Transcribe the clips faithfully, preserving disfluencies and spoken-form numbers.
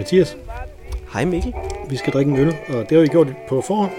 Mathias. Hej Mikkel. Vi skal drikke en øl, og det har vi gjort på forhånd.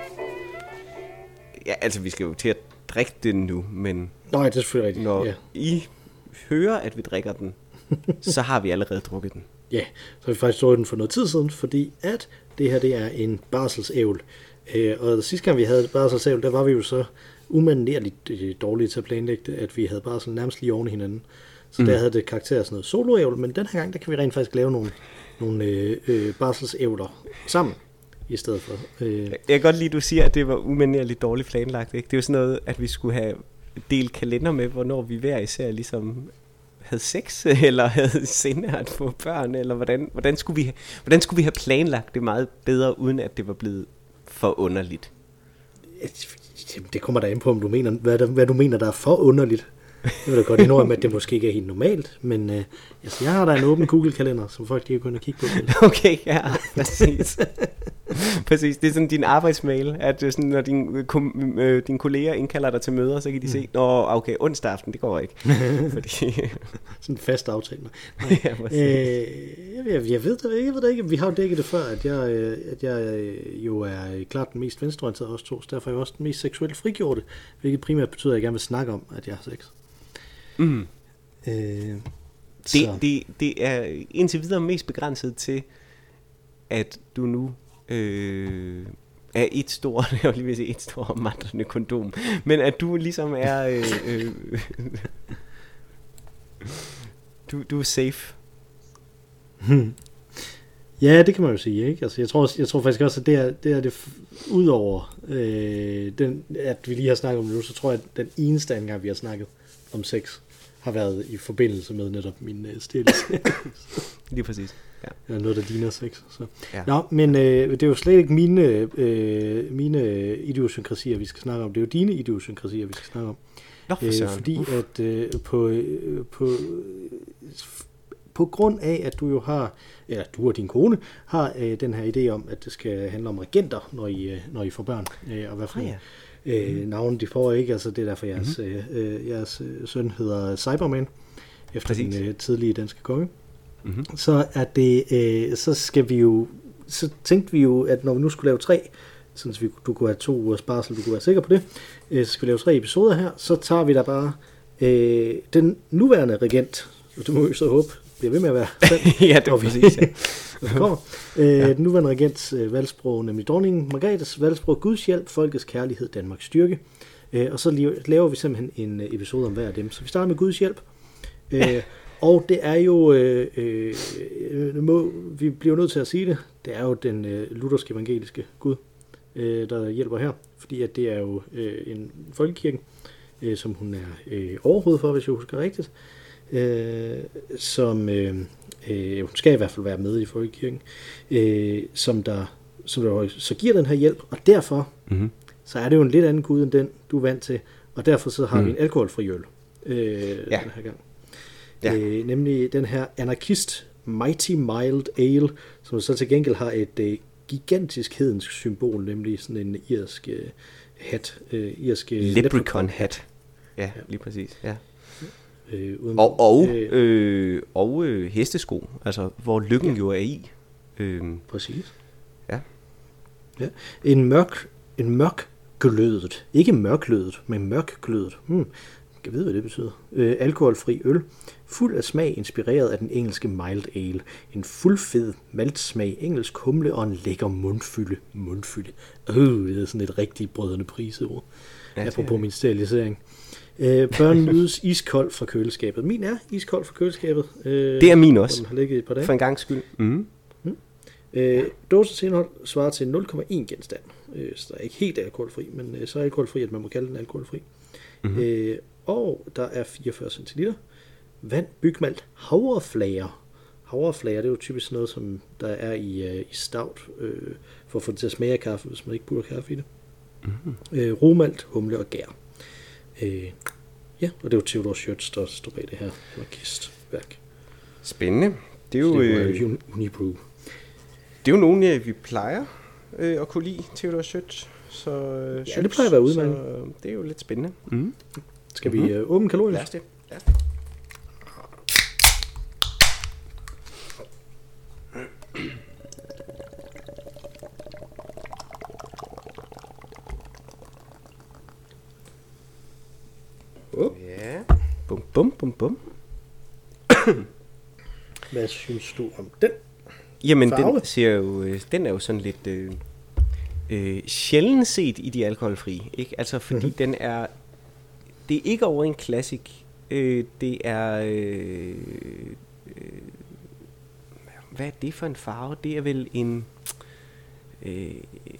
Ja, altså vi skal jo til at drikke den nu, men Nej, det er selvfølgelig rigtigt. når Ja. I hører, at vi drikker den, så har vi allerede drukket den. Ja, så har vi faktisk drukket den for noget tid siden, fordi at det her det er en barselsævl. Øh, og sidste gang vi havde barselsævl, der var vi jo så umanerligt øh, dårlige til at planlægge det, at vi havde barsel nærmest lige oven i hinanden. Så mm. der havde det karakter af sådan noget soloævl, men den her gang, der kan vi rent faktisk lave nogle, nogle øh, øh, barselsævler sammen i stedet for. Øh. Jeg kan godt lide, at du siger, at det var umanerligt dårligt planlagt. Ikke? Det er jo sådan noget, at vi skulle have delt kalender med, hvornår vi hver især ligesom havde sex, eller havde sinde at få børn, eller hvordan, hvordan, skulle vi have, hvordan skulle vi have planlagt det meget bedre, uden at det var blevet for underligt? Det kommer der ind på, om du mener, hvad, der, hvad du mener, der er for underligt. Jeg vil da godt indrømme, at det måske ikke er helt normalt, men øh, altså, jeg har da en åben Google-kalender, som folk lige kan kigge på. Okay, ja, præcis. Præcis, det er sådan din arbejdsmail, at sådan, når din, kom, øh, dine kolleger indkalder dig til møder, så kan de se, nå, okay, onsdag aften, det går ikke. Fordi sådan en fast aftale. Ja, øh, jeg, jeg, ved det, jeg ved det ikke, vi har jo dækket det før, at jeg, at jeg jo er klart den mest venstreorienterede af os to, så derfor er jeg også den mest seksuelt frigjorte, hvilket primært betyder, at jeg gerne vil snakke om, at jeg har sex. Mm. Øh, det, det, det er indtil videre mest begrænset til, at du nu øh, er et stort, jeg vil lige vil sige et stort mandrende kondom, men at du ligesom er, øh, øh, du, du er safe. Hmm. Ja, det kan man jo sige, ikke? Altså, jeg tror, jeg tror faktisk også, at det er det, er det udover øh, den, at vi lige har snakket om det nu, så tror jeg, at den eneste anden gang, vi har snakket om sex, har været i forbindelse med netop min øh, stillelse. Lige præcis. Ja. Eller noget, der ligner sex. Så. Ja. Nå, men øh, det er jo slet ikke mine, øh, mine idiosynkrasier, vi skal snakke om. Det er jo dine idiosynkrasier, vi skal snakke om. Nå, for øh, fordi Uf. at øh, på, øh, på, øh, på grund af, at du jo har, eller du og din kone, har øh, den her idé om, at det skal handle om regenter, når I, øh, når I får børn. Øh, og hvad for ah, ja. øh, navne de får, ikke? Altså, det er derfor, jeres, mm-hmm. øh, jeres søn hedder Cyberman, efter Præcis. den øh, tidlige danske konge. Mm-hmm. Så er det, øh, så skal vi jo, så tænkte vi jo, at når vi nu skulle lave tre, sådan så vi, du kunne have to ugers barsel, du kunne være sikker på det, øh, så skal vi lave tre episoder her, så tager vi da bare øh, den nuværende regent, og det må vi så håbe, bliver ved med at være sandt. Ja, det er præcis, ja. kommer. Øh, ja. Den nuværende regents øh, valgsprog, nemlig dronningen Margrethes valgsprog, Guds hjælp, folkets kærlighed, Danmarks styrke. Øh, og så laver vi simpelthen en episode om hver af dem. Så vi starter med Guds hjælp. Øh, ja. Og det er jo, øh, øh, må, vi bliver nødt til at sige det, det er jo den øh, lutherske evangeliske Gud, øh, der hjælper her. Fordi at det er jo øh, en folkekirke, øh, som hun er øh, overhoved for, hvis jeg husker rigtigt. Øh, som øh, øh, hun skal i hvert fald være med i folkekirken, øh, som der, som der så giver den her hjælp, og derfor mm-hmm. så er det jo en lidt anden Gud end den, du er vant til, og derfor så har mm. vi en alkoholfri øl øh, ja. den her gang. Ja. Øh, nemlig den her anarkist Mighty Mild Ale, som så til gengæld har et øh, gigantisk hedensk symbol, nemlig sådan en irsk øh, hat. Øh, irsk, øh, leprechaun hat. Ja, ja, lige præcis. Ja. Øh, uden, og og, øh, øh, og øh, hestesko, altså hvor lykken ja. jo er i. Øh, præcis. Ja. ja. En mørk, en mørk glødet, ikke mørklødet, men mørk glødet. Hmm. Jeg ved, hvad det betyder. Øh, alkoholfri øl, fuld af smag, inspireret af den engelske mild ale. En fuldfed maltsmag, engelsk humle og en lækker mundfylde. Mundfylde. Øh, det er sådan et rigtig brødrende priseord. Ja, apropos min sterilisering. Øh, børn nydes iskold fra køleskabet. Min er iskold fra køleskabet. Øh, det er min også. Den har ligget et par dage. For en gangs skyld. Mm. Mm. Øh, dosens indhold svarer til nul komma en genstand. Øh, så der er ikke helt alkoholfri, men øh, så er alkoholfri, at man må kalde den alkoholfri. Mm-hmm. Øh, og der er fireogfyrre centiliter. Vand, bygmalt, havreflager. Havreflager, det er jo typisk noget, som der er i, uh, i stout, øh, for at få det til at smage af kaffe, hvis man ikke putter kaffe i det. Mm-hmm. Øh, romalt, humle og gær. Øh, ja, og det er jo Theodor Schütz, der står bag det her anarkistværk. Spændende. Det er jo, det er øh, jo Unibrew. Det er jo nogen, vi plejer øh, at kunne lide, Theodor Schütz. Så, øh, ja, det plejer at være udmærket. Så det er jo lidt spændende. Mm. Skal vi øh, åbne kalorien? Lad os det. Lad os det. Bum, bum, bum. Hvad synes du om den? Jamen, Farve? den, ser jo, øh, den er jo sådan lidt øh, øh, sjældent set i de alkoholfrie, ikke? Altså, fordi mm-hmm. den er, det er ikke over en classic. Øh, det er, øh, øh, hvad er det for en farve? Det er vel en, øh,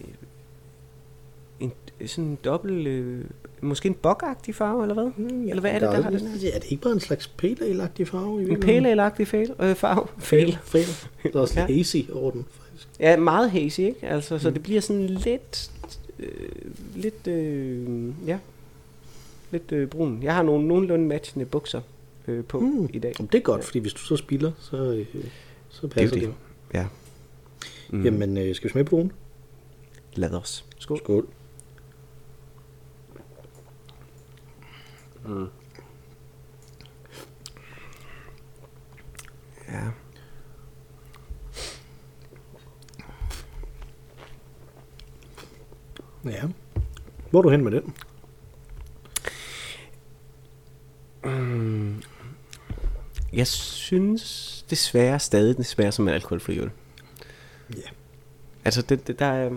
en sådan en dobbelt, øh, måske en bokagtig farve, eller hvad? Mm, ja, eller hvad er det, der, der har den her? Er det ikke bare en slags pale ale-agtig farve? En pale ale-agtig fæl, øh, farve? Fæl. Fæl. Der er også Ja. lidt hazy over den, faktisk. Ja, meget hazy, ikke? Altså, så Mm. det bliver sådan lidt, øh, lidt, øh, ja, lidt øh, brun. Jeg har nogle nogenlunde matchende bukser øh, på Mm. i dag. Jamen, det er godt, fordi hvis du så spilder, så, øh, så Det er jo passer det. det. Ja. Mm. Jamen, øh, skal vi smage på den? Lad os. Skål. Skål. Mm. Ja. Ja. Hvor er du hen med den? Mm. Jeg synes desværre stadig, den smager som en alkoholfri øl. Ja. Altså, det, det der er...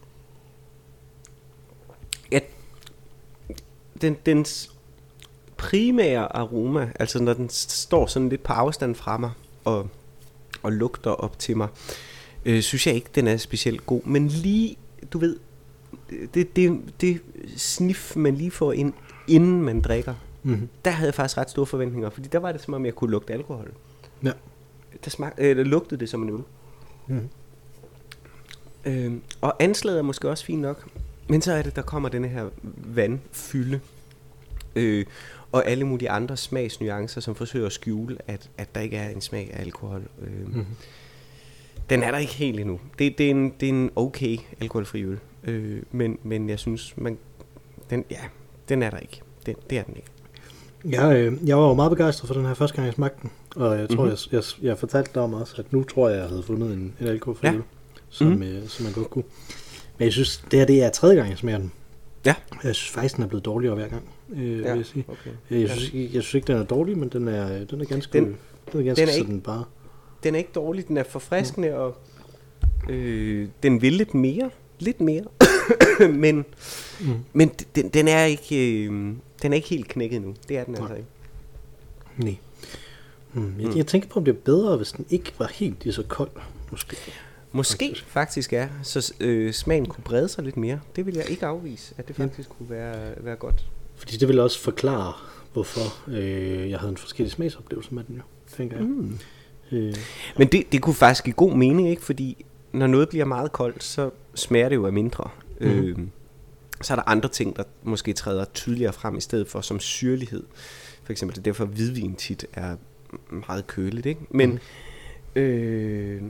Ja, den, dens primære aroma, altså når den står sådan lidt på afstand fra mig og, og lugter op til mig, øh, synes jeg ikke, den er specielt god. Men lige, du ved, det, det, det snif, man lige får ind, inden man drikker, Mm-hmm. der havde jeg faktisk ret store forventninger, fordi der var det som om, jeg kunne lugte alkohol. Ja. Der, smag, øh, der lugtede det som en øl. Mm. Øh, og anslaget er måske også fint nok, men så er det, der kommer denne her vandfylde, øh, og alle mulige andre smagsnuancer, som forsøger at skjule, at, at der ikke er en smag af alkohol. Øh, Mm-hmm. Den er der ikke helt endnu. Det, det, er, en, det er en okay alkoholfri øl, øh, men, men jeg synes, man, den, ja, den er der ikke. Den, det er den ikke. Jeg, øh, jeg var jo meget begejstret for den her første gang, jeg smagte den. Og jeg tror, Mhm. mm-hmm. jeg, jeg, jeg fortalte dig om også, at nu tror jeg, jeg havde fundet en, en alkoholfri Ja. øl, som, Mhm. øh, som man godt kunne. Men jeg synes, det her det er tredje gang, jeg smager den. Ja. Jeg synes faktisk, den er blevet dårligere hver gang, øh, Ja, vil jeg sige. okay. Jeg, jeg, synes, jeg, jeg synes ikke, den er dårlig, men den er, den er ganske, Den- den, den er ganske den er ikke- sådan bare. Den er ikke dårlig, den er forfriskende, og øh, den vil lidt mere. Lidt mere. men Mm. men den, den, er ikke, øh, den er ikke helt knækket nu. Det er den Nej. altså ikke. Nej. Mm. Jeg, Mm. jeg tænker på, om det er bedre, hvis den ikke var helt lige så kold, måske. Måske Faktisk. faktisk er, så øh, smagen kunne brede sig lidt mere. Det vil jeg ikke afvise, at det Ja. faktisk kunne være, være godt. Fordi det vil også forklare, hvorfor øh, jeg havde en forskellig smagsoplevelse med den jo, tænker jeg. Mm. Øh, Men det, det kunne faktisk give god mening, ikke? Fordi når noget bliver meget koldt, så smager det jo af mindre. Mhm. Øh, så er der andre ting, der måske træder tydeligere frem i stedet for, som syrlighed. For eksempel, det er derfor hvidvin tit er meget køligt, ikke? Men Mhm. øh,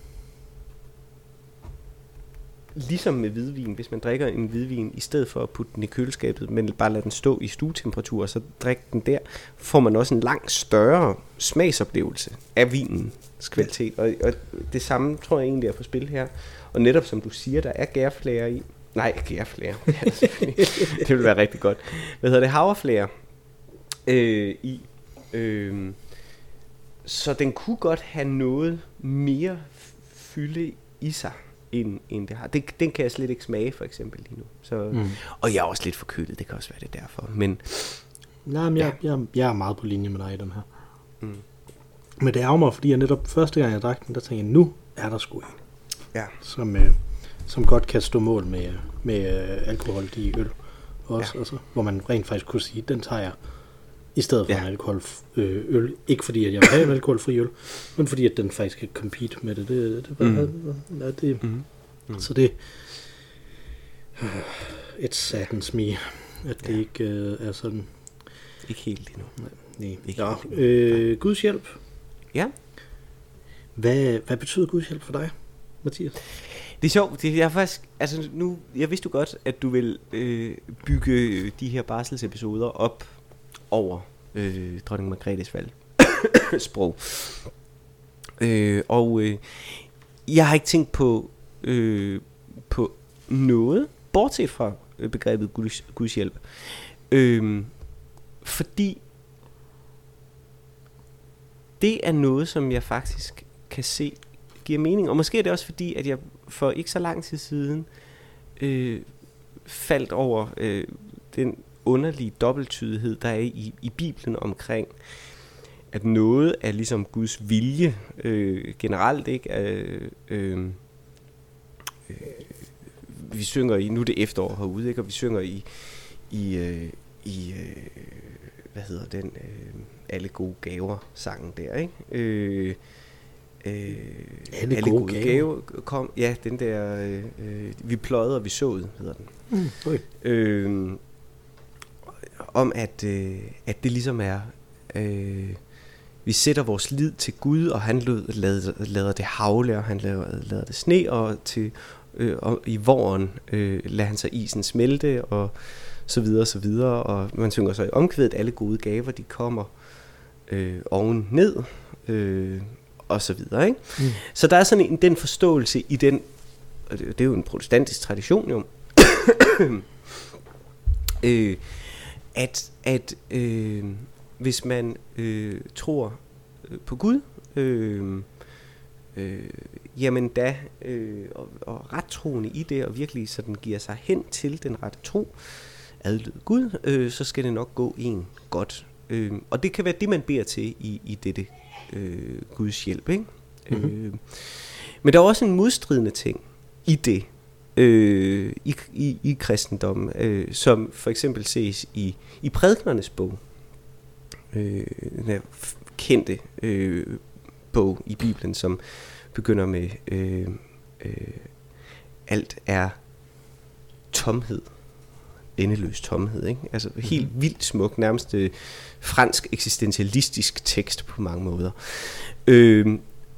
ligesom med hvidvin, hvis man drikker en hvidvin, i stedet for at putte den i køleskabet, men bare lade den stå i stuetemperatur, og så drikke den der, får man også en langt større smagsoplevelse af vinens kvalitet. Og, og det samme tror jeg egentlig er på spil her. Og netop som du siger, der er gærflager i. Nej, gærflager. Ja, selvfølgelig. Det vil være rigtig godt. Hvad hedder det? Havreflager øh, i. Øh, så den kunne godt have noget mere fylde i sig, end, end det har. Det, den kan jeg slet ikke smage, for eksempel, lige nu. Så, Mm. og jeg er også lidt forkølet, det kan også være det derfor. Men Nej, men jeg, jeg, jeg er meget på linje med dig i den her. Mm. Men det ærger mig, fordi jeg netop første gang jeg drak den, der tænkte jeg, nu er der sgu en, ja, som, øh, som godt kan stå mål med, med øh, alkohol i øl. Også, Ja. altså, hvor man rent faktisk kunne sige, den tager jeg i stedet for Ja. en alkoholøl. Øh, øl. Ikke fordi, at jeg vil have en alkoholfri øl, men fordi, at den faktisk kan compete med det. Det, det, det, Mm. ja, det mm. Mm. Så det... Uh, it saddens me, at det Ja. ikke uh, er sådan... Ikke helt endnu. Nej. Ikke Ja, helt øh, Guds hjælp. Ja. Hvad, hvad betyder Guds hjælp for dig, Mathias? Det er sjovt, det er faktisk, altså nu, jeg vidste jo godt, at du vil øh, bygge de her barselsepisoder op over øh, dronning Margrethes valg sprog. Øh, og øh, jeg har ikke tænkt på, øh, på noget, bortset fra øh, begrebet Guds, Guds hjælp. Øh, fordi det er noget, som jeg faktisk kan se giver mening. Og måske er det også fordi, at jeg for ikke så lang tid siden øh, faldt over øh, den underlige dobbelttydighed, der er i, i Bibelen omkring, at noget er ligesom Guds vilje øh, generelt, ikke? Øh, øh, øh, vi synger i, nu er det efterår herude, ikke? Og vi synger i, i, øh, i øh, hvad hedder den, øh, alle gode gaver sangen der, ikke? Øh, øh, alle, alle gode, gode gaver. gaver kom, ja, den der, øh, øh, vi pløjede og vi såede, hedder den. Mm, okay. øh, om at, øh, at det ligesom er, øh, vi sætter vores lid til Gud, og han lader, lader det havle, og han lader, lader det sne, og, til, øh, og i våren øh, lader han så isen smelte, og så videre, så videre, og man synger så i omkvædet, alle gode gaver, de kommer øh, oven ned, øh, og så videre, ikke? Mm. Så der er sådan en, den forståelse i den, og det, det er jo en protestantisk tradition jo, øh, at, at øh, hvis man øh, tror øh, på Gud, øh, øh, jamen da, øh, og, og rettroende i det, og virkelig sådan giver sig hen til den rette tro, adlyde Gud, øh, så skal det nok gå en godt. Øh, og det kan være det, man beder til i, i dette øh, Guds hjælp, ikke? Mm-hmm. Øh, men der er også en modstridende ting i det, øh, i, i, i kristendommen, øh, som for eksempel ses i, i prædikenernes bog, øh, den her kendte øh, bog i Bibelen, som begynder med øh, øh, alt er tomhed, endeløs tomhed, ikke? Altså helt vildt smuk, nærmest øh, fransk eksistentialistisk tekst på mange måder, øh,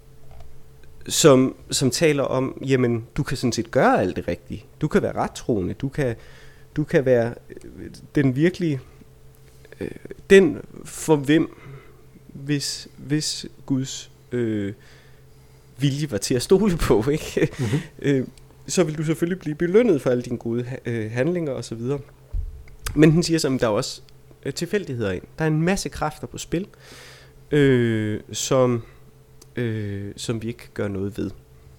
som, som taler om, jamen du kan sådan set gøre alt det rigtige, du kan være rettroende, du kan, du kan være øh, den virkelige, øh, den for hvem, hvis, hvis Guds øh, vilje var til at stole på, ikke? Mm-hmm. øh, så vil du selvfølgelig blive belønnet for alle dine gode øh, handlinger og så videre. Men den siger som der er også øh, tilfældigheder ind. Der er en masse kræfter på spil, øh, som øh, som vi ikke kan gøre noget ved.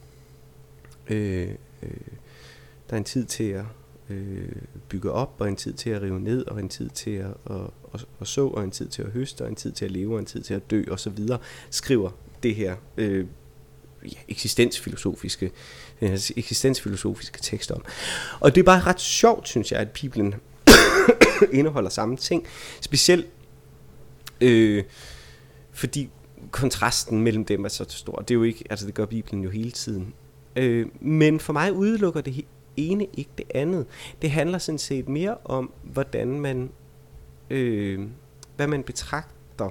Øh, øh, der er en tid til at øh, bygge op, og en tid til at rive ned, og en tid til at, at, at, at så, og en tid til at høste, og en tid til at leve, og en tid til at dø og så videre. Skriver det her øh, ja, eksistensfilosofiske den her eksistensfilosofiske tekst om. Og det er bare ret sjovt, synes jeg, at Bibelen indeholder samme ting. Specielt øh, fordi kontrasten mellem dem er så stor. Det er jo ikke, altså det gør Bibelen jo hele tiden. Øh, men for mig udelukker det ene ikke det andet. Det handler sådan set mere om, hvordan man øh, hvad man betragter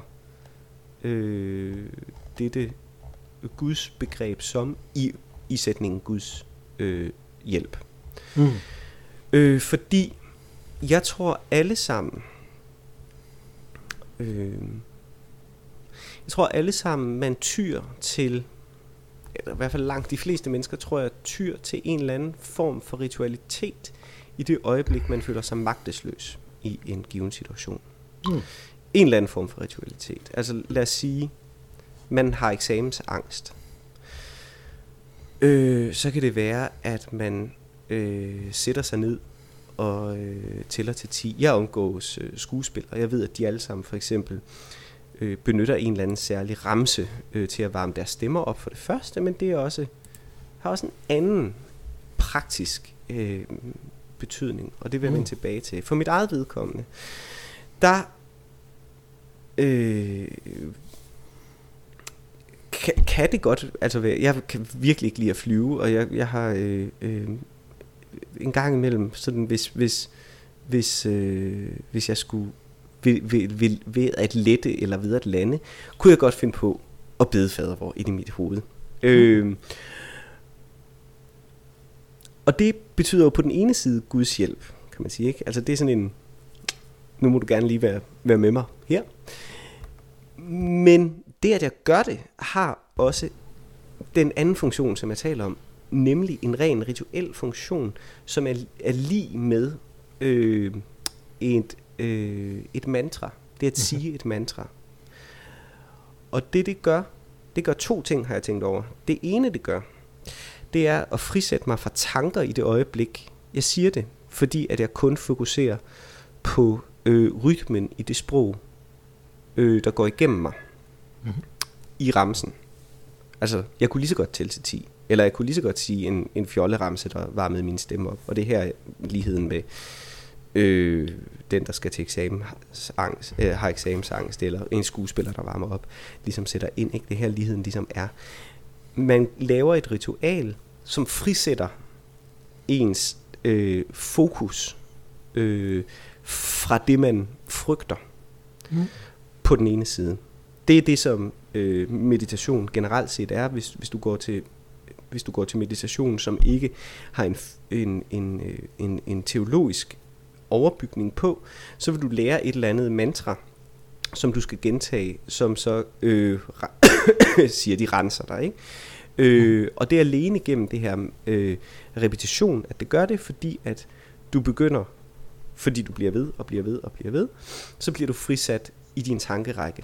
øh, dette Guds begreb som i i sætningen Guds øh, hjælp. Mm. Øh, fordi jeg tror alle sammen, øh, jeg tror alle sammen, man tyr til, eller i hvert fald langt de fleste mennesker, tror jeg, tyr til en eller anden form for ritualitet i det øjeblik, man føler sig magtesløs i en given situation. Mm. En eller anden form for ritualitet. Altså lad os sige, man har eksamensangst. Øh, så kan det være, at man øh, sætter sig ned og øh, tæller til ti. Jeg omgås øh, skuespillere, jeg ved, at de alle sammen for eksempel øh, benytter en eller anden særlig ramse øh, til at varme deres stemmer op for det første, men det er også, har også en anden praktisk øh, betydning, og det vil jeg vende tilbage til. For mit eget vedkommende, der øh, Kan, kan det godt, altså jeg kan virkelig ikke lide at flyve, og jeg, jeg har øh, øh, en gang imellem, sådan hvis, hvis, hvis, øh, hvis jeg skulle ved, ved, ved, ved at lette eller ved at lande, kunne jeg godt finde på at bede fader vor ind i mit hoved. Mm. Øh, og det betyder jo på den ene side Guds hjælp, kan man sige, ikke? Altså det er sådan en, nu må du gerne lige være, være med mig her. Men det, at jeg gør det, har også den anden funktion, som jeg taler om, nemlig en ren rituel funktion, som er, er lige med øh, et, øh, et mantra. Det er at sige et mantra. og det det gør, det gør to ting, har jeg tænkt over. Det ene det gør, det er at frisætte mig fra tanker i det øjeblik. Jeg siger det, fordi at jeg kun fokuserer på øh, rytmen i det sprog, øh, der går igennem mig. Mm-hmm. I ramsen. Altså, jeg kunne lige så godt tælle til ti. Eller jeg kunne lige så godt sige en, en fjolleramse, der varmede min stemme op. Og det her ligheden med øh, den, der skal til eksamen, angst, øh, har eksamensangst, eller en skuespiller, der varmer op, ligesom sætter ind. Ikke? Det her ligheden ligesom er. Man laver et ritual, som frisætter ens øh, fokus øh, fra det, man frygter mm. på den ene side. Det er det, som øh, meditation generelt set er, hvis, hvis, du går til, hvis du går til meditation, som ikke har en, en, en, en, en teologisk overbygning på, så vil du lære et eller andet mantra, som du skal gentage, som så øh, siger, de renser dig, ikke? Øh, og det er alene gennem det her øh, repetition, at det gør det, fordi at du begynder, fordi du bliver ved og bliver ved og bliver ved, så bliver du frisat i din tankerække.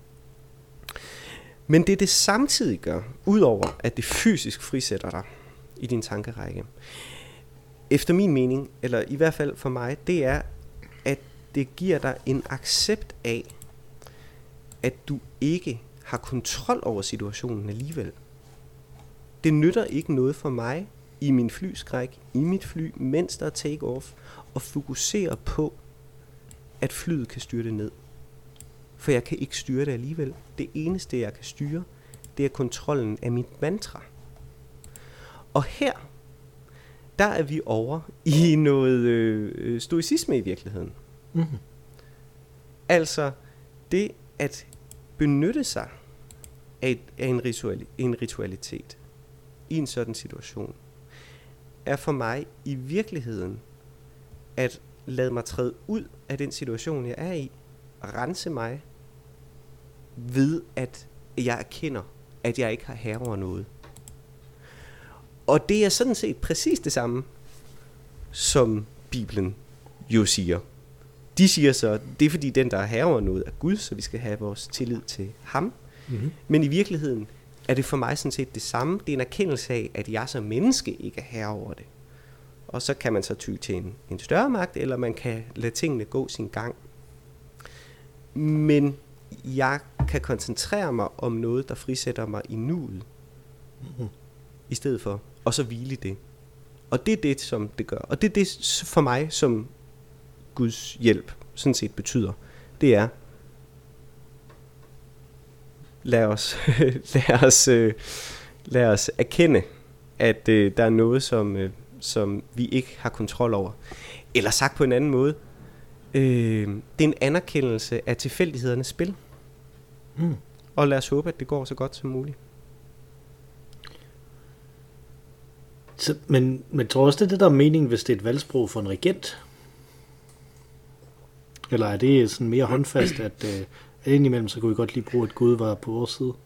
Men det det samtidig gør, udover at det fysisk frisætter dig i din tankerække, efter min mening, eller i hvert fald for mig, det er, at det giver dig en accept af, at du ikke har kontrol over situationen alligevel. Det nytter ikke noget for mig i min flyskræk, i mit fly, mens der er take-off, at fokusere på, at flyet kan styrte ned. For jeg kan ikke styre det alligevel. Det eneste, jeg kan styre, det er kontrollen af mit mantra. Og her, der er vi over i noget øh, stoicisme i virkeligheden. Mm-hmm. Altså det at benytte sig af, af en, ritual, en ritualitet i en sådan situation, er for mig i virkeligheden at lade mig træde ud af den situation, jeg er i, og rense mig ved, at jeg erkender, at jeg ikke har herre over noget. Og det er sådan set præcis det samme, som Bibelen jo siger. De siger så, det er fordi den, der er herre over noget, er Gud, så vi skal have vores tillid til ham. Mm-hmm. Men i virkeligheden er det for mig sådan set det samme. Det er en erkendelse af, at jeg som menneske ikke er herre over det. Og så kan man så ty til en, en større magt, eller man kan lade tingene gå sin gang. Men jeg kan koncentrere mig om noget, der frisætter mig i nuet, mm-hmm. i stedet for, og så hvile i det. Og det er det, som det gør. Og det er det for mig, som Guds hjælp sådan set betyder. Det er, lad os, lad os, lad os erkende, at øh, der er noget, som, øh, som vi ikke har kontrol over. Eller sagt på en anden måde, øh, det er en anerkendelse af tilfældighedernes spil. Mm. Og lad os håbe, at det går så godt som muligt. Så, men, men tror også, det er det, der er meningen, hvis det er et valgsprog for en regent? Eller er det sådan mere håndfast, at øh, indimellem, så kunne vi godt lige bruge, at Gud var på vores side?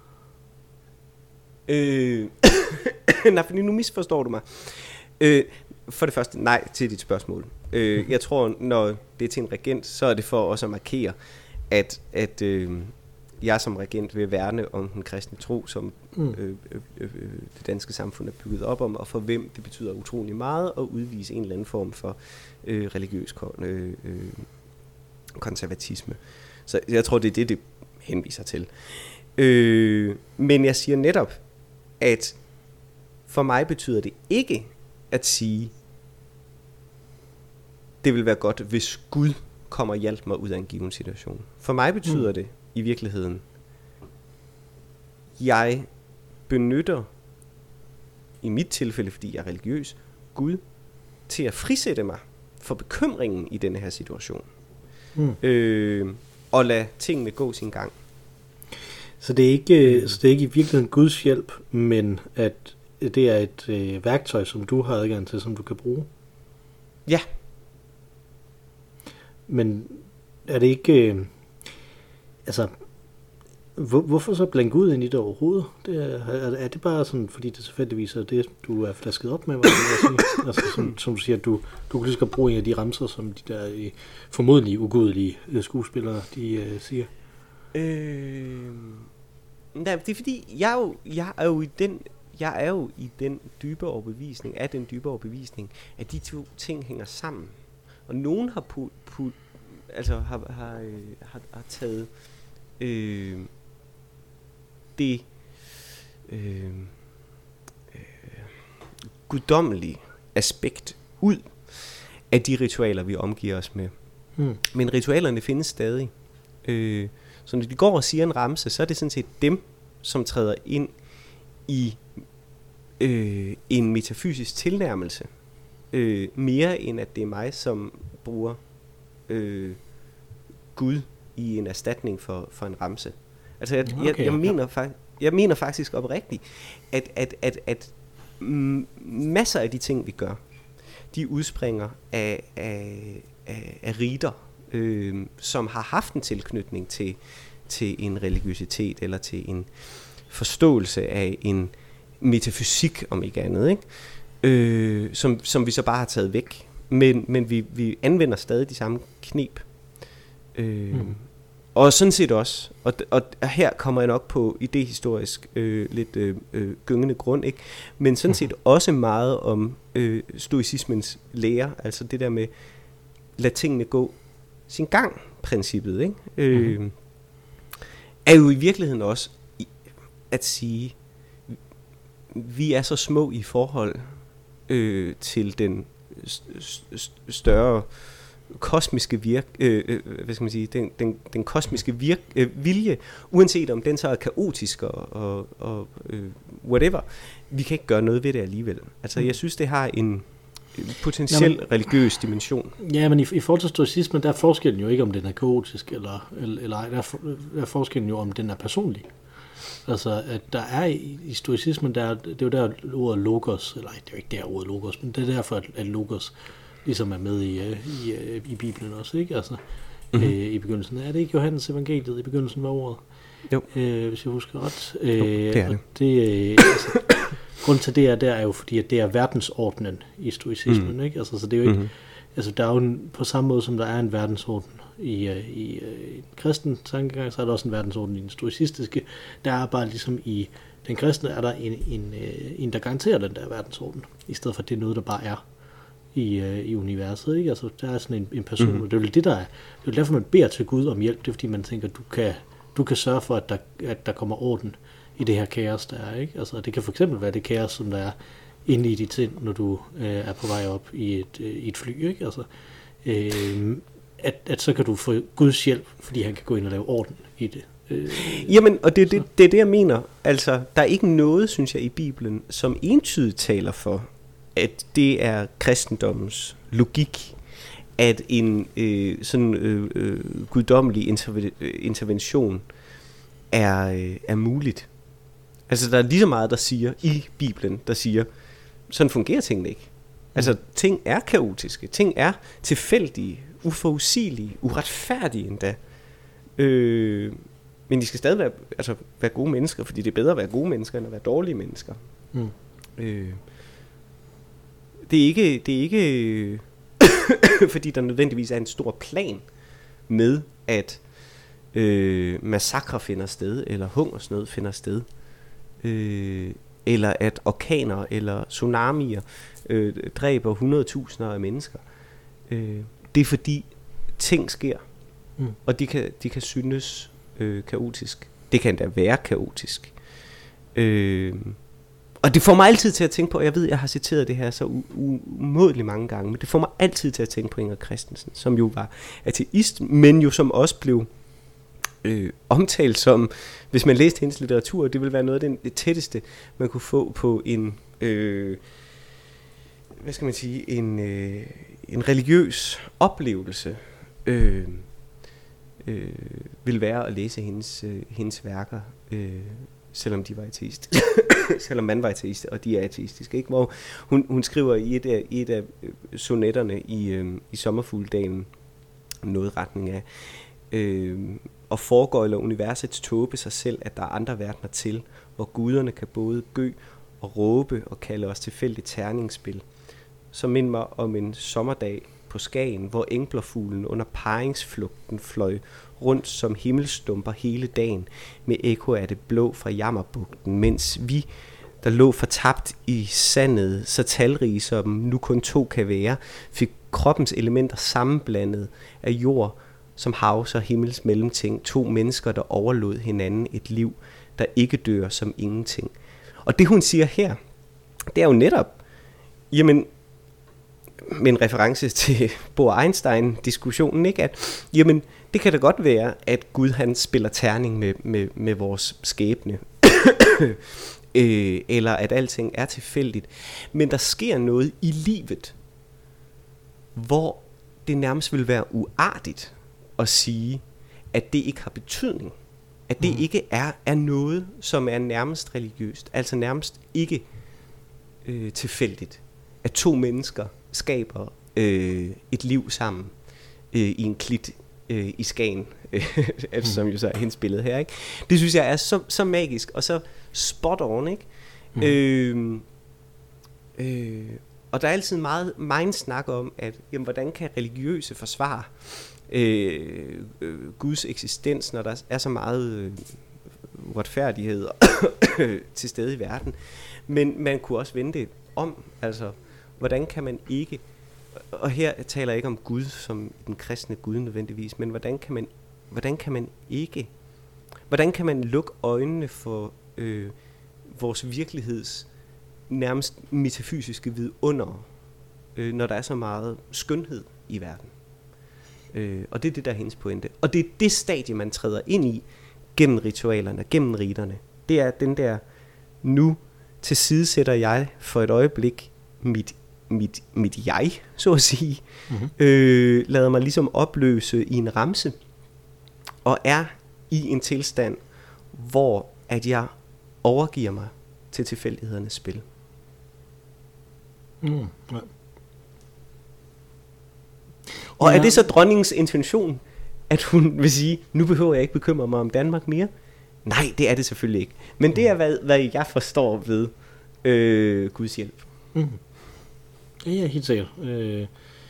Øh, nej, for nu misforstår du mig. Øh, for det første, nej til dit spørgsmål. Øh, jeg tror, når det er til en regent, så er det for også at markere, at, at øh, jeg som regent vil værne om den kristne tro, som mm. øh, øh, øh, det danske samfund er bygget op om, og for hvem det betyder utrolig meget at udvise en eller anden form for øh, religiøs øh, øh, konservatisme. Så jeg tror, det er det, det henviser til. Øh, men jeg siger netop, at for mig betyder det ikke at sige, det vil være godt, hvis Gud kommer og hjælper mig ud af en given situation. For mig betyder mm. det i virkeligheden, jeg benytter, i mit tilfælde, fordi jeg er religiøs, Gud til at frisætte mig for bekymringen i denne her situation. Mm. Øh, og lade tingene gå sin gang. Så det er ikke, så det er ikke i virkeligheden Guds hjælp, men at det er et øh, værktøj, som du har adgang til, som du kan bruge? Ja. Men er det ikke... Øh, altså, hvor, hvorfor så blande Gud ind i det overhovedet? Det er, er, er det bare sådan, fordi det tilfældigvis er det, du er flasket op med? Hvad jeg sige? Altså, som, som du siger, du, du kan lige så godt bruge en af de ramser, som de der øh, formodentlig ugudelige øh, skuespillere, de øh, siger. Øh, nej, det er fordi, jeg er jo, jeg er jo i den, jeg er jo i den dybe overbevisning, af den dybe overbevisning, at de to ting hænger sammen. Og nogen har put, put, altså har, har, øh, har, har taget øh, det øh, øh, guddommelige aspekt ud af de ritualer, vi omgiver os med. Hmm. Men ritualerne findes stadig. Øh, så når de går og siger en ramse, så er det sådan set dem, som træder ind i øh, en metafysisk tilnærmelse. Øh, mere end at det er mig, som bruger øh, Gud i en erstatning for, for en ramse. Altså jeg, okay, jeg, jeg, mener, fak- jeg mener faktisk oprigtigt, at, at, at, at m- masser af de ting, vi gør, de udspringer af, af, af, af riter, øh, som har haft en tilknytning til, til en religiøsitet, eller til en forståelse af en metafysik, om ikke andet, ikke? Øh, som, som vi så bare har taget væk. Men, men vi, vi anvender stadig de samme knep. Øh, mm. Og sådan set også, og, og her kommer jeg nok på idehistorisk øh, lidt øh, øh, gyngende grund, ikke? Men sådan set også meget om øh, stoicismens lære, altså det der med, lad tingene gå sin gang, princippet, ikke? Øh, mm. Er jo i virkeligheden også at sige, vi er så små i forhold øh, til den st- st- større kosmiske virk, øh, øh, hvad skal man sige, den, den, den kosmiske virk, øh, vilje, uanset om den så er kaotisk og, og, og øh, whatever, vi kan ikke gøre noget ved det alligevel. Altså, jeg synes, det har en potentiel Jamen, religiøs dimension. Ja, men i, i forhold til stoicismen, der er forskellen jo ikke, om den er kaotisk, eller, eller, eller der, er for, der er forskellen jo, om den er personlig. Altså, at der er i, i stoicismen, der, det er jo der ordet logos, eller det er jo ikke der ordet logos, men det er derfor, at, at logos ligesom er med i, i, i Bibelen også, ikke? Altså, mm-hmm. øh, i begyndelsen. Er det ikke Johannes evangeliet i begyndelsen var ordet? Jo. Øh, hvis jeg husker ret. Øh, jo, det er det. det øh, altså, grunden til det er, der er jo fordi, at det er verdensordenen i stoicismen, mm. ikke? Altså, så det er jo ikke, mm-hmm. altså, der er jo en, på samme måde, som der er en verdensorden i, i, i en kristen tankegang, så er der også en verdensorden i den stoicistiske. Der er bare ligesom i den kristne, er der en, en, en der garanterer den der verdensorden, i stedet for at det er noget, der bare er i, uh, i universet, ikke? Altså, der er sådan en, en person, mm. og det er jo det, der er, det er derfor, man beder til Gud om hjælp, det er fordi, man tænker, du kan, du kan sørge for, at der, at der kommer orden i det her kaos, der er, ikke? Altså, det kan for eksempel være det kaos, som der er inde i dit sind, når du øh, er på vej op i et, øh, i et fly, ikke? Altså, øh, at, at så kan du få Guds hjælp, fordi han kan gå ind og lave orden i det. Øh, Jamen, og det er det, det, det, jeg mener. Altså, der er ikke noget, synes jeg, i Bibelen, som entydigt taler for, at det er kristendommens logik, at en øh, sådan øh, øh, guddommelig interve- intervention er, øh, er muligt. Altså, der er lige så meget, der siger i Bibelen, der siger, sådan fungerer tingene ikke. Altså, ting er kaotiske, ting er tilfældige, uforudsigelige, uretfærdige endda. Øh, men de skal stadig være, altså, være gode mennesker, fordi det er bedre at være gode mennesker, end at være dårlige mennesker. Mm. Øh, det er ikke, det er ikke fordi der nødvendigvis er en stor plan med, at øh, massakre finder sted, eller hungersnød finder sted, øh, eller at orkaner eller tsunamier øh, dræber hundredtusinder af mennesker. Øh, det er fordi ting sker, mm. og de kan, de kan synes øh, kaotisk. Det kan da være kaotisk. Øh, og det får mig altid til at tænke på, jeg ved, jeg har citeret det her så umådeligt mange gange, men det får mig altid til at tænke på Inger Christensen, som jo var ateist, men jo som også blev øh, omtalt som, hvis man læste hendes litteratur, det ville være noget af det, det tætteste, man kunne få på en, øh, hvad skal man sige, en, øh, en religiøs oplevelse, øh, øh, vil være at læse hendes, øh, hendes værker, øh, selvom de var ateist. selvom man var ateist, og de er ateistiske, ikke? Hvor hun, hun skriver i et af, et af sonetterne i, øh, i Sommerfugledalen noget retning af, øh, og foregøjler universets tåbe sig selv, at der er andre verdener til, hvor guderne kan både gø og råbe og kalde os tilfældigt terningsspil. Så mind mig om en sommerdag på Skagen, hvor engblåfuglen under paringsflugten fløj rundt som himmelstumper hele dagen med ekko af det blå fra Jammerbugten, mens vi, der lå fortabt i sandet, så talrige som nu kun to kan være, fik kroppens elementer sammenblandet af jord som havs og himmels mellemting, to mennesker, der overlod hinanden et liv, der ikke dør som ingenting. Og det hun siger her, det er jo netop, jamen, med en reference til Bo Einstein-diskussionen, ikke? At jamen, det kan da godt være, at Gud han spiller terning med, med, med vores skæbne, øh, eller at alting er tilfældigt. Men der sker noget i livet, hvor det nærmest vil være uartigt at sige, at det ikke har betydning. At det mm. ikke er, er noget, som er nærmest religiøst, altså nærmest ikke øh, tilfældigt. At to mennesker skaber øh, et liv sammen øh, i en klit øh, i Skagen, øh, mm. som jo så er hendes billede her, ikke? Det synes jeg er så, så magisk og så spot on, ikke? Mm. Øh, øh, og der er altid meget meget snak om, at jamen, hvordan kan religiøse forsvare øh, øh, Guds eksistens, når der er så meget øh, uretfærdighed til stede i verden. Men man kunne også vende det om, altså hvordan kan man ikke, og her taler jeg ikke om Gud som den kristne Gud nødvendigvis, men hvordan kan man, hvordan kan man ikke, hvordan kan man lukke øjnene for øh, vores virkeligheds nærmest metafysiske vidunder, øh, når der er så meget skønhed i verden. Øh, og det er det, der er hendes pointe. Og det er det stadie, man træder ind i gennem ritualerne, gennem riterne. Det er den der, nu tilsidesætter jeg for et øjeblik mit, mit, mit jeg, så at sige, mm-hmm. øh, lader mig ligesom opløse i en ramse, og er i en tilstand, hvor at jeg overgiver mig til tilfældighedernes spil. Mm, ja. Og ja. Er det så dronningens intention, at hun vil sige, nu behøver jeg ikke bekymre mig om Danmark mere? Nej, det er det selvfølgelig ikke. Men det er, hvad, hvad jeg forstår ved øh, Guds hjælp. Mm. Ja, jeg er helt sikker. Øh, men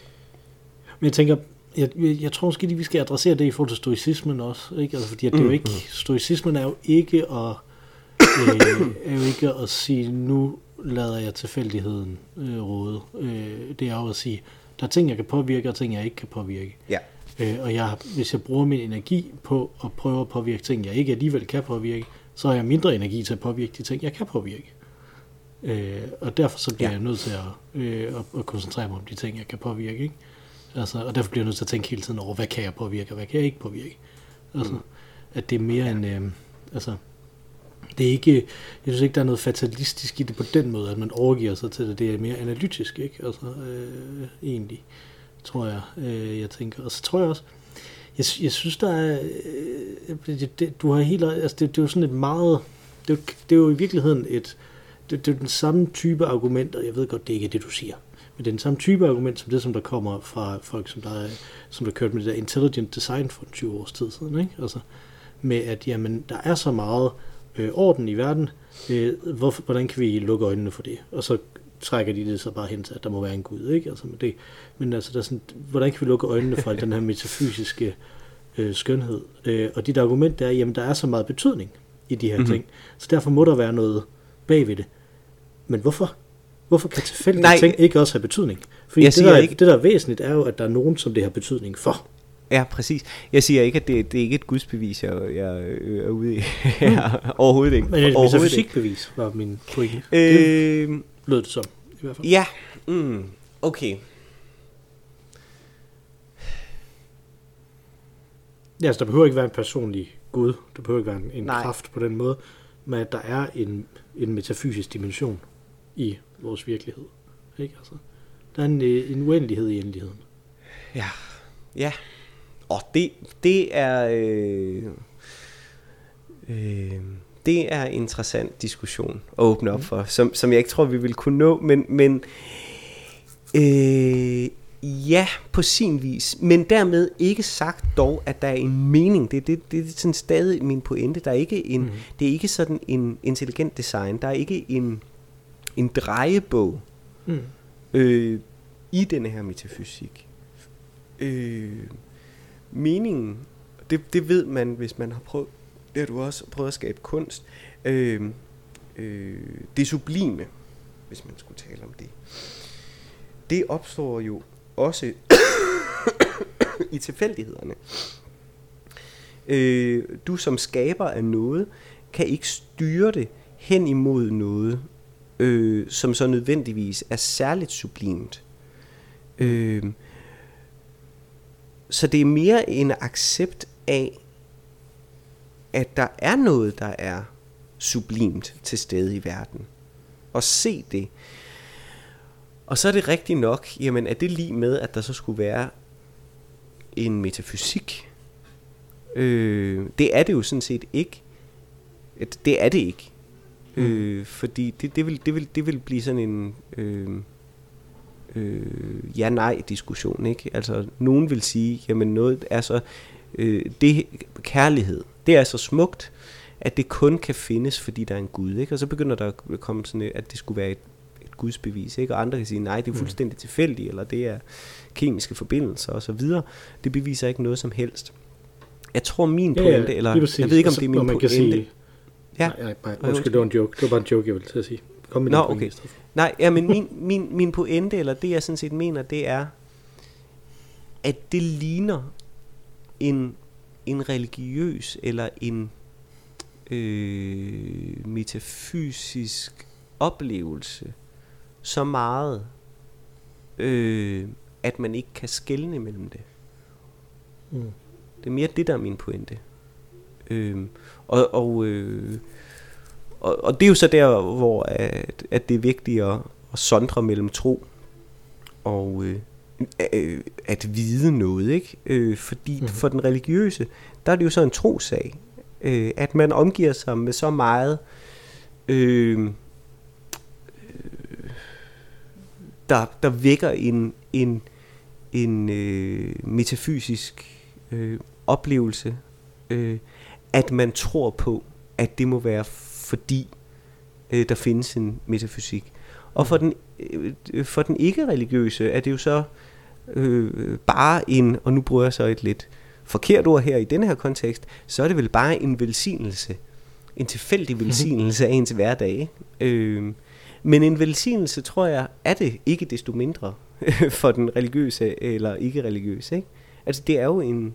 jeg tænker, jeg, jeg tror måske, at vi skal adressere det i forhold til stoicismen også. Ikke? Altså, fordi at det er jo ikke, stoicismen er jo ikke at, øh, er jo ikke at sige, nu lader jeg tilfældigheden øh, råde. Øh, det er jo at sige, der er ting, jeg kan påvirke, og ting, jeg ikke kan påvirke. Ja. Øh, og jeg, hvis jeg bruger min energi på at prøve at påvirke ting, jeg ikke alligevel kan påvirke, så har jeg mindre energi til at påvirke de ting, jeg kan påvirke. Øh, og derfor så bliver ja. jeg nødt til at, øh, at, at koncentrere mig om de ting, jeg kan påvirke. Ikke? Altså, og derfor bliver jeg nødt til at tænke hele tiden over, hvad kan jeg påvirke, og hvad kan jeg ikke påvirke. Altså, mm. at det er mere ja. en... Øh, altså, det er ikke, jeg synes ikke, der er noget fatalistisk i det på den måde, at man overgiver sig til det. Det er mere analytisk, ikke? Altså, øh, egentlig, tror jeg, øh, jeg tænker. Og så tror jeg også, jeg, jeg synes, der er, øh, det, du har helt, altså, det, det er jo sådan et meget, det er, det er jo i virkeligheden et, det, det er den samme type argumenter, jeg ved godt, det ikke er det, du siger, men det er den samme type argument, som det, som der kommer fra folk, som der, som der kørte med det der intelligent design for tyve års tid siden, ikke? Altså, med at, jamen, der er så meget Øh, orden i verden, øh, hvorfor, hvordan kan vi lukke øjnene for det? Og så trækker de det så bare hen til, at der må være en Gud, ikke? Altså, det, men altså, der er sådan, hvordan kan vi lukke øjnene for den her metafysiske øh, skønhed? Øh, og dit argument der er, jamen der er så meget betydning i de her mm-hmm. ting, så derfor må der være noget bagved det. Men hvorfor? Hvorfor kan tilfældige ting ikke også have betydning? Fordi det der, ikke... det, der er væsentligt, er jo, at der er nogen, som det har betydning for. Ja, præcis. Jeg siger ikke, at det, det er ikke et gudsbevis, jeg, jeg er ude i. Jeg, overhovedet ikke. Men et metafysikbevis var min pointe. Øh, det lød det som, i hvert fald. Ja, mm, okay. Ja, altså, der behøver ikke være en personlig Gud. Der behøver ikke være en, en kraft på den måde. Men at der er en, en metafysisk dimension i vores virkelighed. Ikke? Altså, der er en, en uendelighed i endeligheden. Ja, ja. Og det, det er øh, øh, det er en interessant diskussion at åbne op for, som, som jeg ikke tror, vi vil kunne nå, men, men øh, ja, på sin vis, men dermed ikke sagt dog, at der er en mening. Det, det, det er sådan stadig min pointe. Der er ikke en, mm. det er ikke sådan en intelligent design. Der er ikke en, en drejebog mm. øh, i denne her metafysik. øh, meningen, det, det ved man, hvis man har prøvet, det har du også prøvet at skabe kunst, øh, øh, det sublime, hvis man skulle tale om det, det opstår jo også i tilfældighederne. Øh, du som skaber af noget, kan ikke styre det hen imod noget, øh, som så nødvendigvis er særligt sublimt. Øh, så det er mere en accept af, at der er noget, der er sublimt til stede i verden. Og se det. Og så er det rigtigt nok, jamen er det lige med, at der så skulle være en metafysik? Øh, det er det jo sådan set ikke. Det er det ikke. Mm. Øh, fordi det, det, vil, det, vil, det vil blive sådan en øh, øh, ja-nej-diskussion, ikke? Altså, nogen vil sige, jamen noget er så, øh, det, kærlighed, det er så smukt, at det kun kan findes, fordi der er en Gud, ikke? Og så begynder der at komme sådan, at det skulle være et, et gudsbevis, ikke? Og andre kan sige, nej, det er fuldstændig tilfældigt, eller det er kemiske forbindelser, og så videre. Det beviser ikke noget som helst. Jeg tror, min pointe, ja, ja, eller jeg ved ikke, om det er min pointe. Sige, ja. Nej, nej, nej, undskyld, det var en joke. Det var bare en joke, jeg ville til at sige. Kom med Nå, okay. Nej, ja, men min, min, min pointe, eller det jeg sådan set mener, det er, at det ligner en, en religiøs, eller en øh, metafysisk oplevelse, så meget, øh, at man ikke kan skelne mellem det. Mm. Det er mere det, der er min pointe. Øh, og, og, øh, og, og det er jo så der, hvor at, at det er vigtigt at, at sondre mellem tro og øh, øh, at vide noget, ikke? Øh, fordi mm-hmm. for den religiøse, der er det jo så en trosag, øh, at man omgiver sig med så meget, øh, der, der vækker en, en, en øh, metafysisk øh, oplevelse, øh, at man tror på, at det må være fordi øh, der findes en metafysik. Og for den, øh, for den ikke-religiøse er det jo så øh, bare en, og nu bruger jeg så et lidt forkert ord her i denne her kontekst, så er det vel bare en velsignelse, en tilfældig velsignelse af ens hverdag. Øh, men en velsignelse, tror jeg, er det ikke desto mindre for den religiøse eller ikke-religiøse, ikke? Altså det er jo en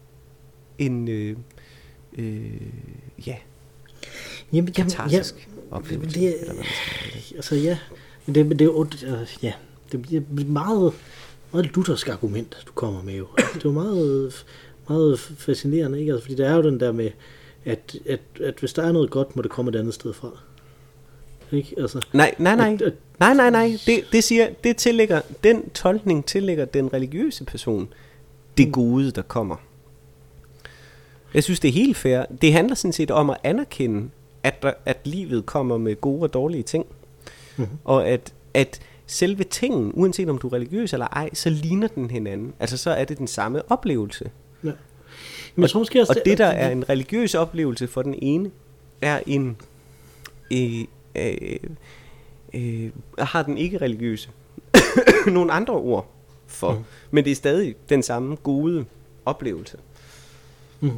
en øh, øh, ja jamen, katarsisk ja, oplevelse. Det, altså ja, men det, det er jo ja, det bliver meget meget luthersk argument, du kommer med jo. Altså, det er jo meget meget fascinerende, ikke? Altså, fordi der er jo den der med at, at, at hvis der er noget godt, må det komme et andet sted fra. Ikke? Altså, nej, nej, nej. At, at, nej, nej, nej. Det, det siger, det tillægger, den tolkning tillægger den religiøse person det mm. gode, der kommer. Jeg synes, det er helt fair. Det handler sådan set om at anerkende, at, der, at livet kommer med gode og dårlige ting. Mm-hmm. Og at, at selve tingen, uanset om du er religiøs eller ej, så ligner den hinanden. Altså, så er det den samme oplevelse. Ja. Men jeg tror måske også, og det, der er en religiøs oplevelse for den ene, er en... Øh, øh, øh, har den ikke religiøse nogle andre ord for. Mm. Men det er stadig den samme gode oplevelse. Mm.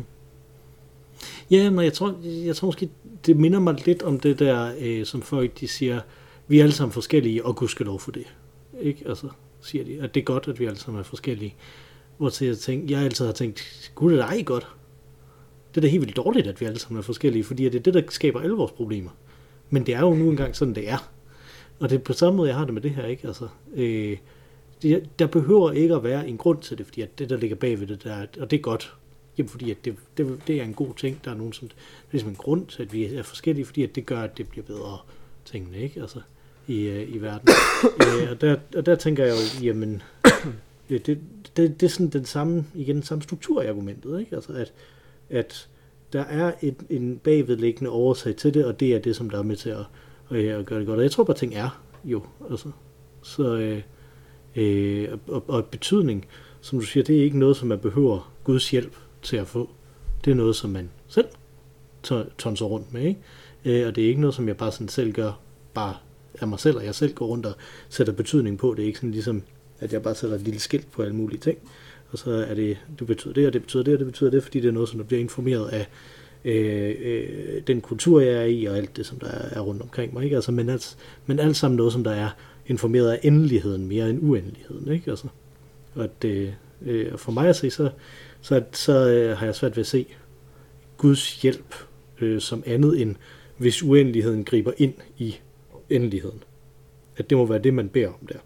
Ja, men jeg tror, jeg tror måske, det minder mig lidt om det der, øh, som folk de siger, vi er alle sammen forskellige, og gudskelov for det. Ikke? Altså, siger de, at det er godt, at vi alle sammen er forskellige. Hvor til jeg, tænker, jeg altid har tænkt, gud, det er da ikke godt. Det er da helt vildt dårligt, at vi alle sammen er forskellige, fordi det er det, der skaber alle vores problemer. Men det er jo nu engang sådan, det er. Og det er på samme måde, jeg har det med det her, ikke? Altså, øh, det, der behøver ikke at være en grund til det, fordi at det, der ligger bagved det, der, og det er godt. Jamen, fordi at det, det, det er en god ting. Der er nogen, som, det er ligesom en grund til, at vi er forskellige, fordi at det gør, at det bliver bedre tingene, ikke? Altså, i, øh, i verden. øh, og, der, og der tænker jeg jo, jamen, det, det, det, det er sådan den samme, igen, den samme struktur i argumentet, ikke? Altså, at, at der er et, en bagvedliggende årsag til det, og det er det, som der er med til at, at gøre det godt. Og jeg tror bare, ting er jo, altså. Så, øh, øh, og, og betydning, som du siger, det er ikke noget, som man behøver Guds hjælp til at få. Det er noget, som man selv tonser rundt med, ikke? Øh, og det er ikke noget, som jeg bare sådan selv gør, bare af mig selv, og jeg selv går rundt og sætter betydning på. Det er ikke sådan ligesom, at jeg bare sætter et lille skilt på alle mulige ting, og så er det, det betyder det, og det betyder det, og det betyder det, fordi det er noget, som der bliver informeret af øh, øh, den kultur, jeg er i, og alt det, som der er rundt omkring mig, ikke? Altså, men, alt, men alt sammen noget, som der er informeret af endeligheden mere end uendeligheden, ikke? Altså, og at, øh, for mig at se, så, så, så øh, har jeg svært ved at se Guds hjælp øh, som andet end, hvis uendeligheden griber ind i endeligheden. At det må være det, man beder om der.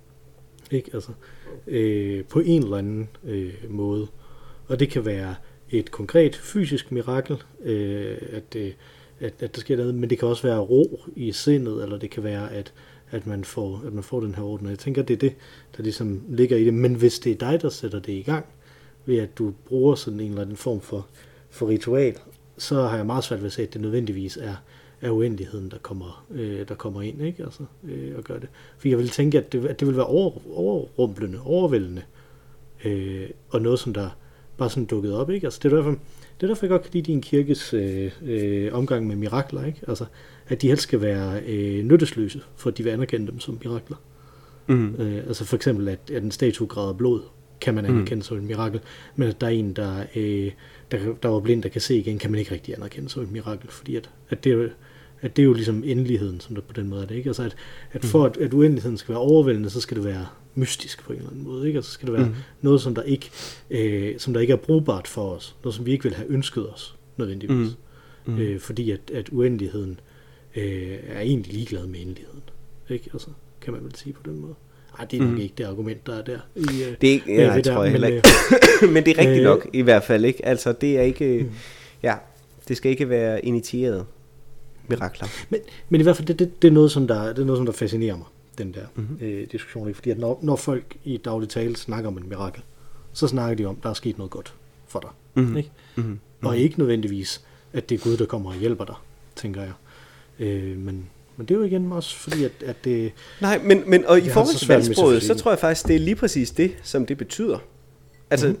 Ikke? Altså, øh, på en eller anden øh, måde. Og det kan være et konkret fysisk mirakel, øh, at, øh, at, at der sker noget, men det kan også være ro i sindet, eller det kan være, at, at, man, får, at man får den her orden. Og jeg tænker, det er det, der ligesom ligger i det. Men hvis det er dig, der sætter det i gang, ved at du bruger sådan en eller anden form for, for ritual, så har jeg meget svært ved at se, at det nødvendigvis er af uendeligheden, der kommer, øh, der kommer ind, ikke? Altså, øh, og gør det. For jeg vil tænke, at det, at det vil være over, overrumplende, overvældende, øh, og noget, som der bare sådan dukket op, ikke? Altså, det er derfor, det er derfor jeg godt kan lide din kirkes øh, øh, omgang med mirakler, ikke? Altså, at de helst skal være øh, nyttesløse, for at de vil anerkende dem som mirakler. Mm. Øh, altså for eksempel, at, at en statue græder blod, kan man anerkende mm. som et mirakel, men at der er en, der, øh, der, der var blind, der kan se igen, kan man ikke rigtig anerkende som et mirakel, fordi at, at det er at det er jo ligesom endeligheden, som der på den måde er det, ikke? Altså at, at for at, at uendeligheden skal være overvældende, så skal det være mystisk på en eller anden måde, ikke? Altså så skal det være mm. noget, som der ikke, øh, som der ikke er brugbart for os, noget som vi ikke vil have ønsket os nødvendigvis, mm. Mm. Øh, fordi at, at uendeligheden øh, er egentlig ligeglad med endeligheden, ikke? Altså kan man vel sige på den måde. Ej, det er nok mm. ikke det argument, der er der. I, øh, det er ikke, ja, jeg tror jeg heller ikke. Men det er rigtigt øh, nok, i hvert fald, ikke? Altså det er ikke, mm. ja, det skal ikke være initieret mirakler. Men, men i hvert fald, det, det, det, er noget, som der, det er noget, som der fascinerer mig, den der mm-hmm. øh, diskussion. Fordi at når, når folk i daglig tale snakker om et mirakel, så snakker de om, at der er sket noget godt for dig. Mm-hmm. Ikke? Mm-hmm. Og ikke nødvendigvis, at det er Gud, der kommer og hjælper dig, tænker jeg. Øh, men, men det er jo igen også fordi, at, at det... Nej, men, men og i forhold til valgsproget, så tror jeg faktisk, det er lige præcis det, som det betyder. Altså, mm-hmm.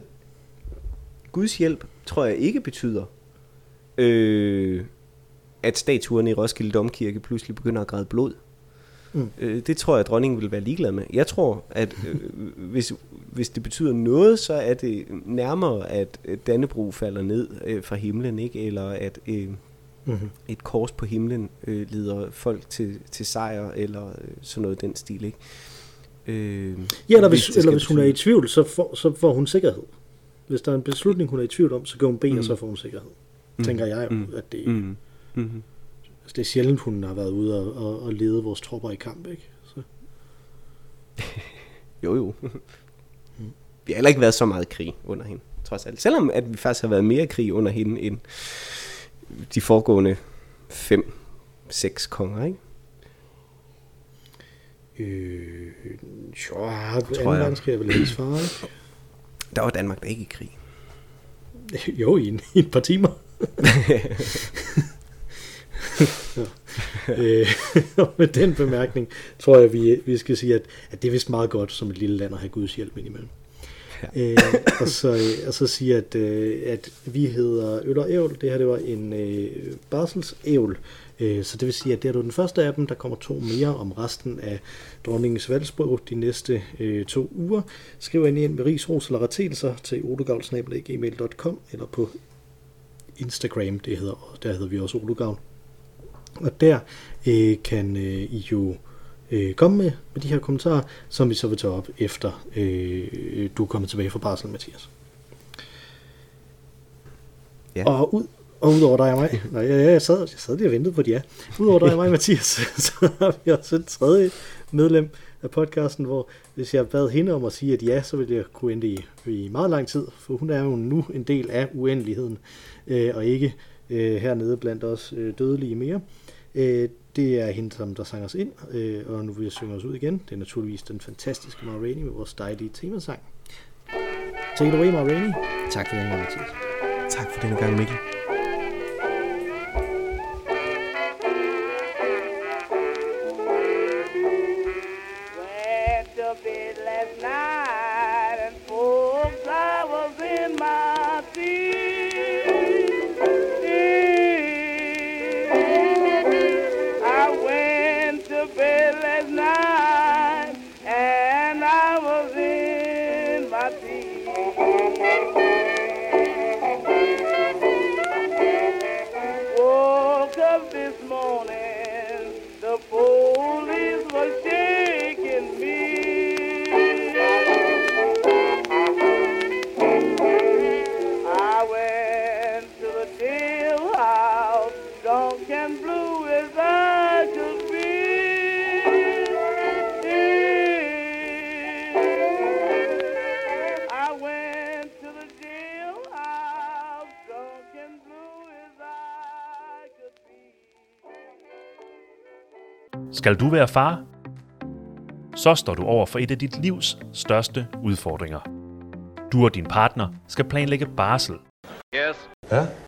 Guds hjælp, tror jeg ikke betyder... Øh, at statuerne i Roskilde Domkirke pludselig begynder at græde blod. Mm. Øh, det tror jeg, at dronningen vil være ligeglad med. Jeg tror, at øh, hvis, hvis det betyder noget, så er det nærmere, at Dannebrog falder ned øh, fra himlen, ikke? Eller at øh, mm-hmm. et kors på himlen øh, leder folk til, til sejr, eller øh, sådan noget den stil, ikke? Øh, ja, eller hvis, eller hvis hun er i tvivl, så får, så får hun sikkerhed. Hvis der er en beslutning, hun er i tvivl om, så går hun bede, mm. og så får hun sikkerhed. Mm. Tænker jeg jo, mm. at det mm. Mm-hmm. Altså, det er sjældent, hun har været ude og, og, og lede vores tropper i kamp, ikke? Så. jo, jo. Mm. Vi har heller ikke været så meget krig under hende, trods alt. Selvom at vi faktisk har været mere krig under hende, end de foregående fem, seks konger, ikke? Øh, jo, anden verdenskrig er vel hendes far, ikke? Der var Danmark da ikke i krig. Jo, i, en, i et par timer. ja. øh, og med den bemærkning tror jeg, vi, vi skal sige, at, at det er vist meget godt som et lille land at have Guds hjælp indimellem. Ja. øh, og, så, og så sige, at, øh, at vi hedder Øl og Ævl. Det her det var en øh, barselsævl. Øh, så det vil sige, at det er den første af dem. Der kommer to mere om resten af dronningens valgsprog de næste øh, to uger. Skriv ind, ind med ris, ros eller retelser til olugavl snabel-a gmail punktum com eller på Instagram, det hedder, der hedder vi også Olugavl. Og der øh, kan øh, I jo øh, komme med, med de her kommentarer, som vi så vil tage op efter øh, du er kommet tilbage fra barsel, Mathias. Ja. Og ud og udover dig og mig, nej, jeg, jeg, sad, jeg sad lige og ventede på, at ja. Udover dig og mig, Mathias, så har vi også et tredje medlem af podcasten, hvor hvis jeg bad hende om at sige, at ja, så ville jeg kunne ende i, i meget lang tid, for hun er jo nu en del af uendeligheden, øh, og ikke øh, hernede blandt os øh, dødelige mere. Øh, det er hende, som der sang os ind, øh, og nu vil jeg synge os ud igen. Det er naturligvis den fantastiske Ma Rainey med vores dejlige temasang. Take it away, Ma Rainey. Tak for denne gang, Mathias. Tak for denne gang, Mikkel. And I was in my teens. Skal du være far? Så står du over for et af dit livs største udfordringer. Du og din partner skal planlægge barsel. Yes. Ja?